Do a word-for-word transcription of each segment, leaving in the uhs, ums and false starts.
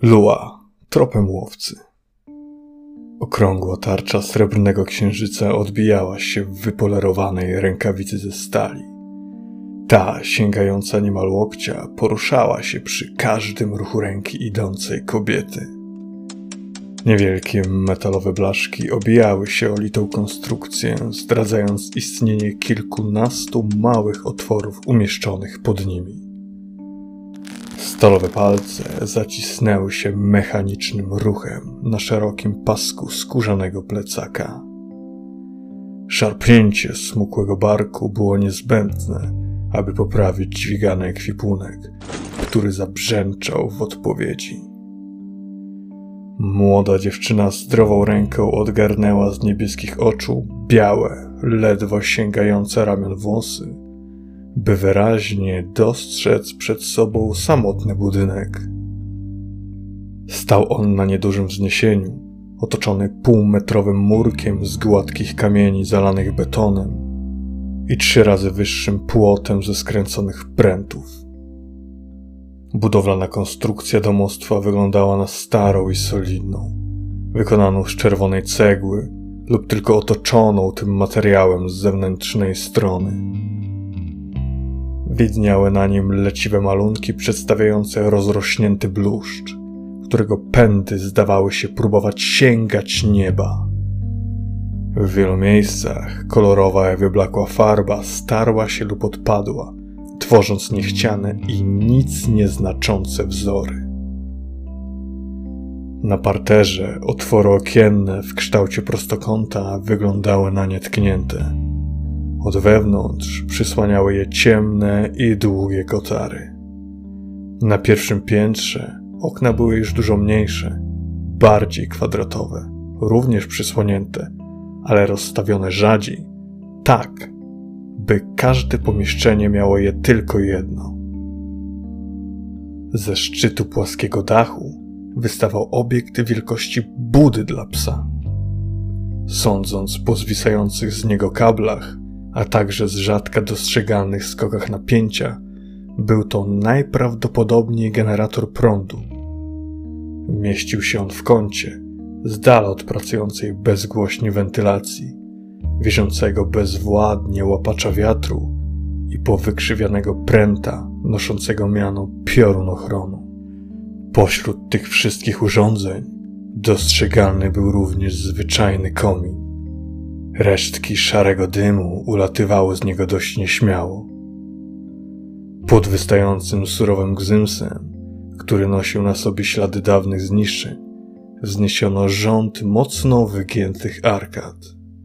Lua, tropem łowcy. Okrągła tarcza srebrnego księżyca odbijała się w wypolerowanej rękawicy ze stali. Ta, sięgająca niemal łokcia, poruszała się przy każdym ruchu ręki idącej kobiety. Niewielkie metalowe blaszki obijały się o litą konstrukcję, zdradzając istnienie kilkunastu małych otworów umieszczonych pod nimi. Stalowe palce zacisnęły się mechanicznym ruchem na szerokim pasku skórzanego plecaka. Szarpnięcie smukłego barku było niezbędne, aby poprawić dźwigany ekwipunek, który zabrzęczał w odpowiedzi. Młoda dziewczyna zdrową ręką odgarnęła z niebieskich oczu białe, ledwo sięgające ramion włosy, by wyraźnie dostrzec przed sobą samotny budynek. Stał on na niedużym wzniesieniu, otoczony półmetrowym murkiem z gładkich kamieni zalanych betonem i trzy razy wyższym płotem ze skręconych prętów. Budowlana konstrukcja domostwa wyglądała na starą i solidną, wykonaną z czerwonej cegły lub tylko otoczoną tym materiałem z zewnętrznej strony. Widniały na nim leciwe malunki przedstawiające rozrośnięty bluszcz, którego pędy zdawały się próbować sięgać nieba. W wielu miejscach kolorowa i wyblakła farba starła się lub odpadła, tworząc niechciane i nic nieznaczące wzory. Na parterze otwory okienne w kształcie prostokąta wyglądały na nietknięte. Od wewnątrz przysłaniały je ciemne i długie kotary. Na pierwszym piętrze okna były już dużo mniejsze, bardziej kwadratowe, również przysłonięte, ale rozstawione rzadziej, tak, by każde pomieszczenie miało je tylko jedno. Ze szczytu płaskiego dachu wystawał obiekt wielkości budy dla psa. Sądząc po zwisających z niego kablach, a także z rzadka dostrzegalnych skokach napięcia, był to najprawdopodobniej generator prądu. Mieścił się on w kącie, z dala od pracującej bezgłośnie wentylacji, wiszącego bezwładnie łapacza wiatru i powykrzywianego pręta noszącego miano piorunochronu. Pośród tych wszystkich urządzeń dostrzegalny był również zwyczajny komin. Resztki szarego dymu ulatywały z niego dość nieśmiało. Pod wystającym surowym gzymsem, który nosił na sobie ślady dawnych zniszczeń, wzniesiono rząd mocno wygiętych arkad.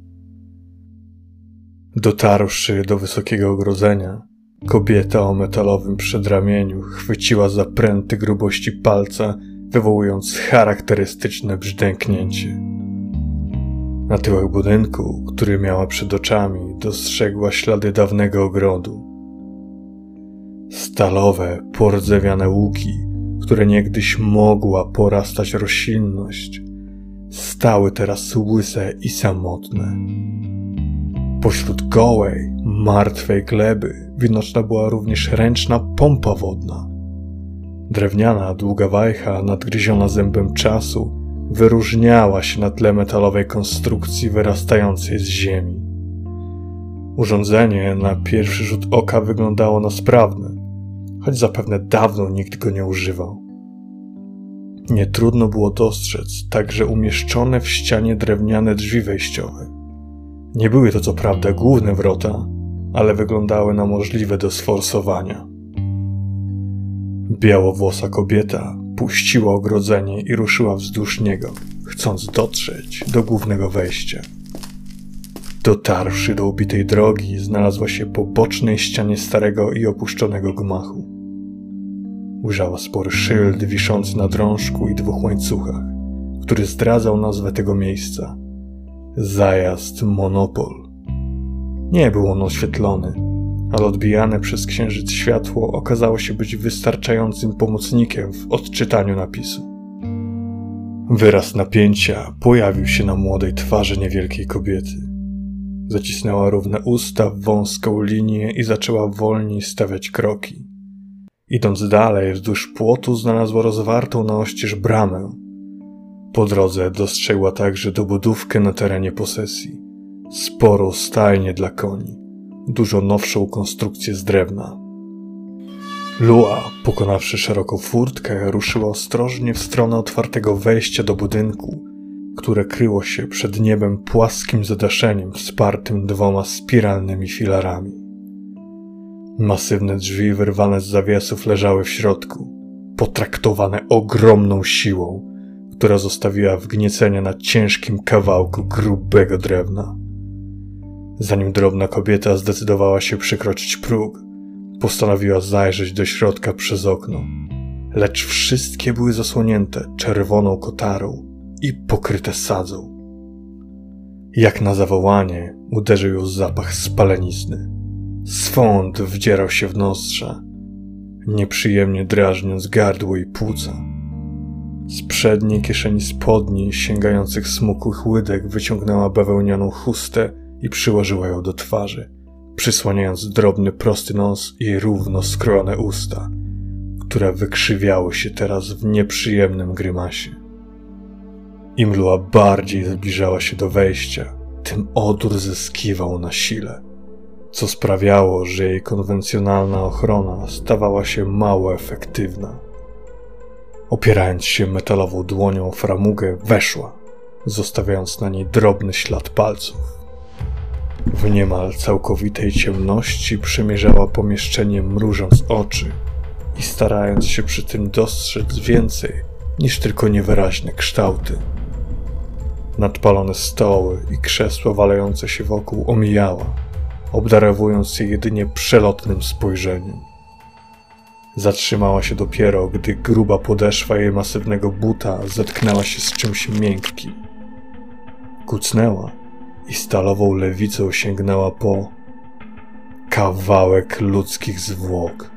Dotarłszy do wysokiego ogrodzenia, kobieta o metalowym przedramieniu chwyciła za pręty grubości palca, wywołując charakterystyczne brzdęknięcie. Na tyłach budynku, który miała przed oczami, dostrzegła ślady dawnego ogrodu. Stalowe, pordzewiane łuki, które niegdyś mogła porastać roślinność, stały teraz łyse i samotne. Pośród gołej, martwej gleby widoczna była również ręczna pompa wodna. Drewniana, długa wajcha, nadgryziona zębem czasu, wyróżniała się na tle metalowej konstrukcji wyrastającej z ziemi. Urządzenie na pierwszy rzut oka wyglądało na sprawne, choć zapewne dawno nikt go nie używał. Nie trudno było dostrzec także umieszczone w ścianie drewniane drzwi wejściowe. Nie były to co prawda główne wrota, ale wyglądały na możliwe do sforsowania. Białowłosa kobieta puściła ogrodzenie i ruszyła wzdłuż niego, chcąc dotrzeć do głównego wejścia. Dotarwszy do ubitej drogi, znalazła się po bocznej ścianie starego i opuszczonego gmachu. Ujrzała spory szyld wiszący na drążku i dwóch łańcuchach, który zdradzał nazwę tego miejsca. Zajazd Monopol. Nie był on oświetlony, ale odbijane przez księżyc światło okazało się być wystarczającym pomocnikiem w odczytaniu napisu. Wyraz napięcia pojawił się na młodej twarzy niewielkiej kobiety. Zacisnęła równe usta w wąską linię i zaczęła wolniej stawiać kroki. Idąc dalej, wzdłuż płotu znalazła rozwartą na oścież bramę. Po drodze dostrzegła także dobudówkę na terenie posesji. Sporą stajnię dla koni, dużo nowszą konstrukcję z drewna. Lua, pokonawszy szeroką furtkę, ruszyła ostrożnie w stronę otwartego wejścia do budynku, które kryło się przed niebem płaskim zadaszeniem wspartym dwoma spiralnymi filarami. Masywne drzwi wyrwane z zawiesów leżały w środku, potraktowane ogromną siłą, która zostawiła wgniecenia na ciężkim kawałku grubego drewna. Zanim drobna kobieta zdecydowała się przekroczyć próg, postanowiła zajrzeć do środka przez okno, lecz wszystkie były zasłonięte czerwoną kotarą i pokryte sadzą. Jak na zawołanie uderzył ją zapach spalenizny. Swąd wdzierał się w nozdrza, nieprzyjemnie drażniąc gardło i płuca. Z przedniej kieszeni spodni, sięgających smukłych łydek, wyciągnęła bawełnianą chustę i przyłożyła ją do twarzy, przysłaniając drobny, prosty nos i równo skrojone usta, które wykrzywiały się teraz w nieprzyjemnym grymasie. Im Lua bardziej zbliżała się do wejścia, tym odór zyskiwał na sile, co sprawiało, że jej konwencjonalna ochrona stawała się mało efektywna. Opierając się metalową dłonią o framugę, weszła, zostawiając na niej drobny ślad palców. W niemal całkowitej ciemności przemierzała pomieszczenie, mrużąc oczy i starając się przy tym dostrzec więcej niż tylko niewyraźne kształty. Nadpalone stoły i krzesła walające się wokół omijała, obdarowując je jedynie przelotnym spojrzeniem. Zatrzymała się dopiero, gdy gruba podeszwa jej masywnego buta zetknęła się z czymś miękkim. Kucnęła i stalową lewicą sięgnęła po kawałek ludzkich zwłok.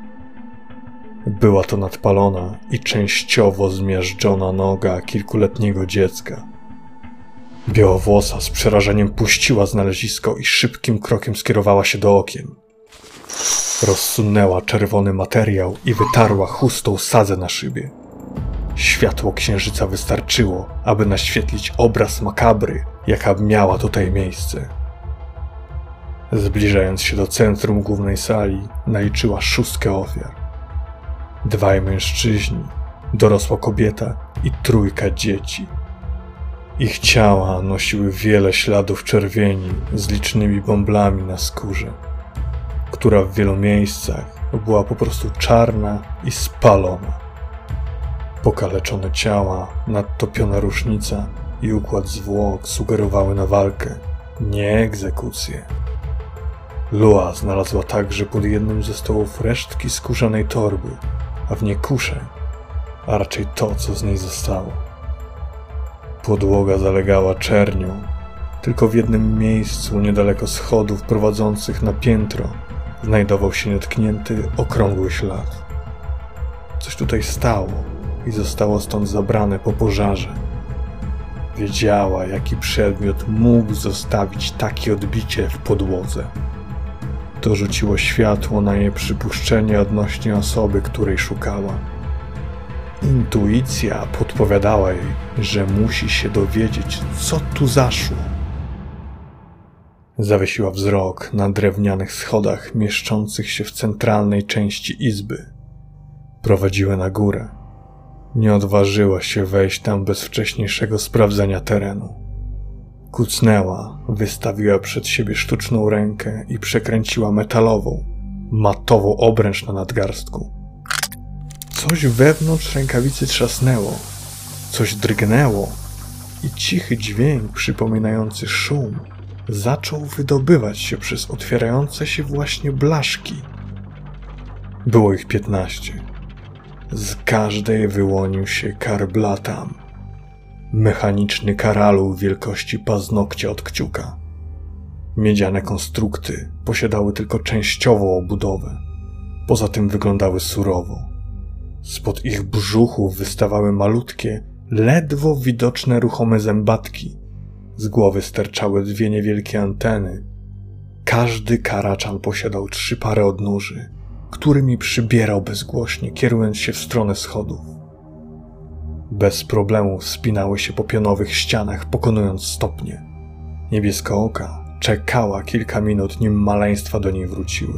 Była to nadpalona i częściowo zmiażdżona noga kilkuletniego dziecka. Białowłosa z przerażeniem puściła znalezisko i szybkim krokiem skierowała się do okien. Rozsunęła czerwony materiał i wytarła chustą sadzę na szybie. Światło księżyca wystarczyło, aby naświetlić obraz makabry, jaka miała tutaj miejsce. Zbliżając się do centrum głównej sali, naliczyła szóstkę ofiar. Dwaj mężczyźni, dorosła kobieta i trójka dzieci. Ich ciała nosiły wiele śladów czerwieni z licznymi bąblami na skórze, która w wielu miejscach była po prostu czarna i spalona. Pokaleczone ciała, nadtopiona różnica i układ zwłok sugerowały na walkę, nie egzekucję. Lua znalazła także pod jednym ze stołów resztki skórzanej torby, a w niej kuszę, a raczej to, co z niej zostało. Podłoga zalegała czernią, tylko w jednym miejscu, niedaleko schodów prowadzących na piętro, znajdował się nietknięty, okrągły ślad. Coś tutaj stało i zostało stąd zabrane po pożarze. Wiedziała, jaki przedmiot mógł zostawić takie odbicie w podłodze. To rzuciło światło na jej przypuszczenie odnośnie osoby, której szukała. Intuicja podpowiadała jej, że musi się dowiedzieć, co tu zaszło. Zawiesiła wzrok na drewnianych schodach mieszczących się w centralnej części izby. Prowadziły na górę. Nie odważyła się wejść tam bez wcześniejszego sprawdzenia terenu. Kucnęła, wystawiła przed siebie sztuczną rękę i przekręciła metalową, matową obręcz na nadgarstku. Coś wewnątrz rękawicy trzasnęło, coś drgnęło i cichy dźwięk przypominający szum zaczął wydobywać się przez otwierające się właśnie blaszki. Było ich piętnaście. Z każdej wyłonił się karblatam, mechaniczny karaluch wielkości paznokcia od kciuka. Miedziane konstrukty posiadały tylko częściową obudowę, poza tym wyglądały surowo. Spod ich brzuchów wystawały malutkie, ledwo widoczne ruchome zębatki. Z głowy sterczały dwie niewielkie anteny. Każdy karaczan posiadał trzy pary odnóży, którymi przybierał bezgłośnie, kierując się w stronę schodów. Bez problemu wspinały się po pionowych ścianach, pokonując stopnie. Niebieskooka czekała kilka minut, nim maleństwa do niej wróciły.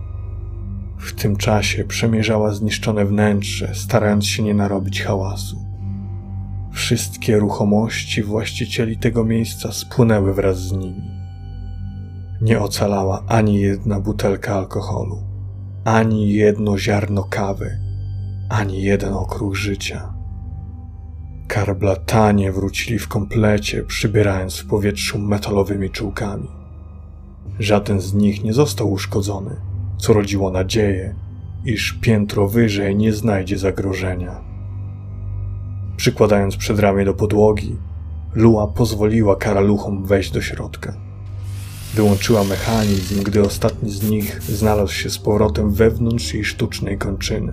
W tym czasie przemierzała zniszczone wnętrze, starając się nie narobić hałasu. Wszystkie ruchomości właścicieli tego miejsca spłynęły wraz z nimi. Nie ocalała ani jedna butelka alkoholu, ani jedno ziarno kawy, ani jeden okruch życia. Karblatanie wrócili w komplecie, przybierając w powietrzu metalowymi czułkami. Żaden z nich nie został uszkodzony, co rodziło nadzieję, iż piętro wyżej nie znajdzie zagrożenia. Przykładając przedramię do podłogi, Lua pozwoliła karaluchom wejść do środka. Wyłączyła mechanizm, gdy ostatni z nich znalazł się z powrotem wewnątrz jej sztucznej kończyny.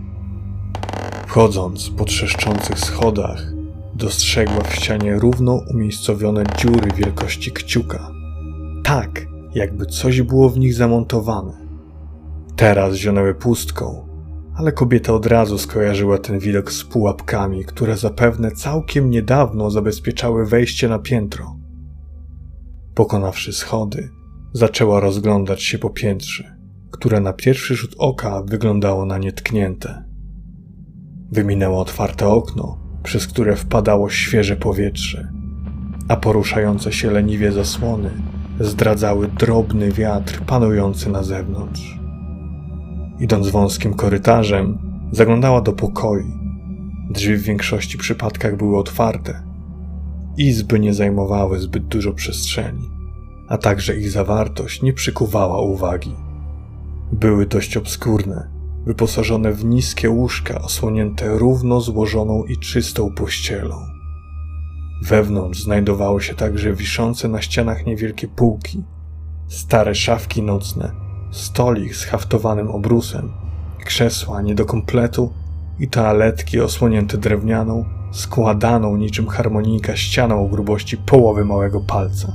Wchodząc po trzeszczących schodach, dostrzegła w ścianie równo umiejscowione dziury wielkości kciuka. Tak, jakby coś było w nich zamontowane. Teraz zionęły pustką, ale kobieta od razu skojarzyła ten widok z pułapkami, które zapewne całkiem niedawno zabezpieczały wejście na piętro. Pokonawszy schody, zaczęła rozglądać się po piętrze, które na pierwszy rzut oka wyglądało na nietknięte. Wyminęło otwarte okno, przez które wpadało świeże powietrze, a poruszające się leniwie zasłony zdradzały drobny wiatr panujący na zewnątrz. Idąc wąskim korytarzem, zaglądała do pokoi. Drzwi w większości przypadkach były otwarte. Izby nie zajmowały zbyt dużo przestrzeni, a także ich zawartość nie przykuwała uwagi. Były dość obskurne, wyposażone w niskie łóżka osłonięte równo złożoną i czystą pościelą. Wewnątrz znajdowały się także wiszące na ścianach niewielkie półki, stare szafki nocne, stolik z haftowanym obrusem, krzesła nie do kompletu i toaletki osłonięte drewnianą, składaną niczym harmonika ścianą o grubości połowy małego palca.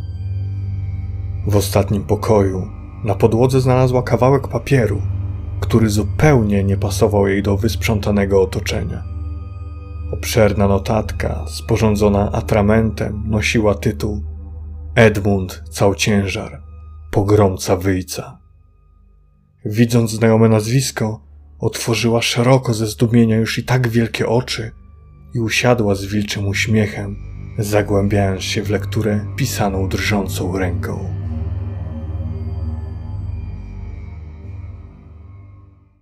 W ostatnim pokoju na podłodze znalazła kawałek papieru, który zupełnie nie pasował jej do wysprzątanego otoczenia. Obszerna notatka, sporządzona atramentem, nosiła tytuł Edmund Całciężar, pogromca wyjca. Widząc znajome nazwisko, otworzyła szeroko ze zdumienia już i tak wielkie oczy i usiadła z wilczym uśmiechem, zagłębiając się w lekturę pisaną drżącą ręką.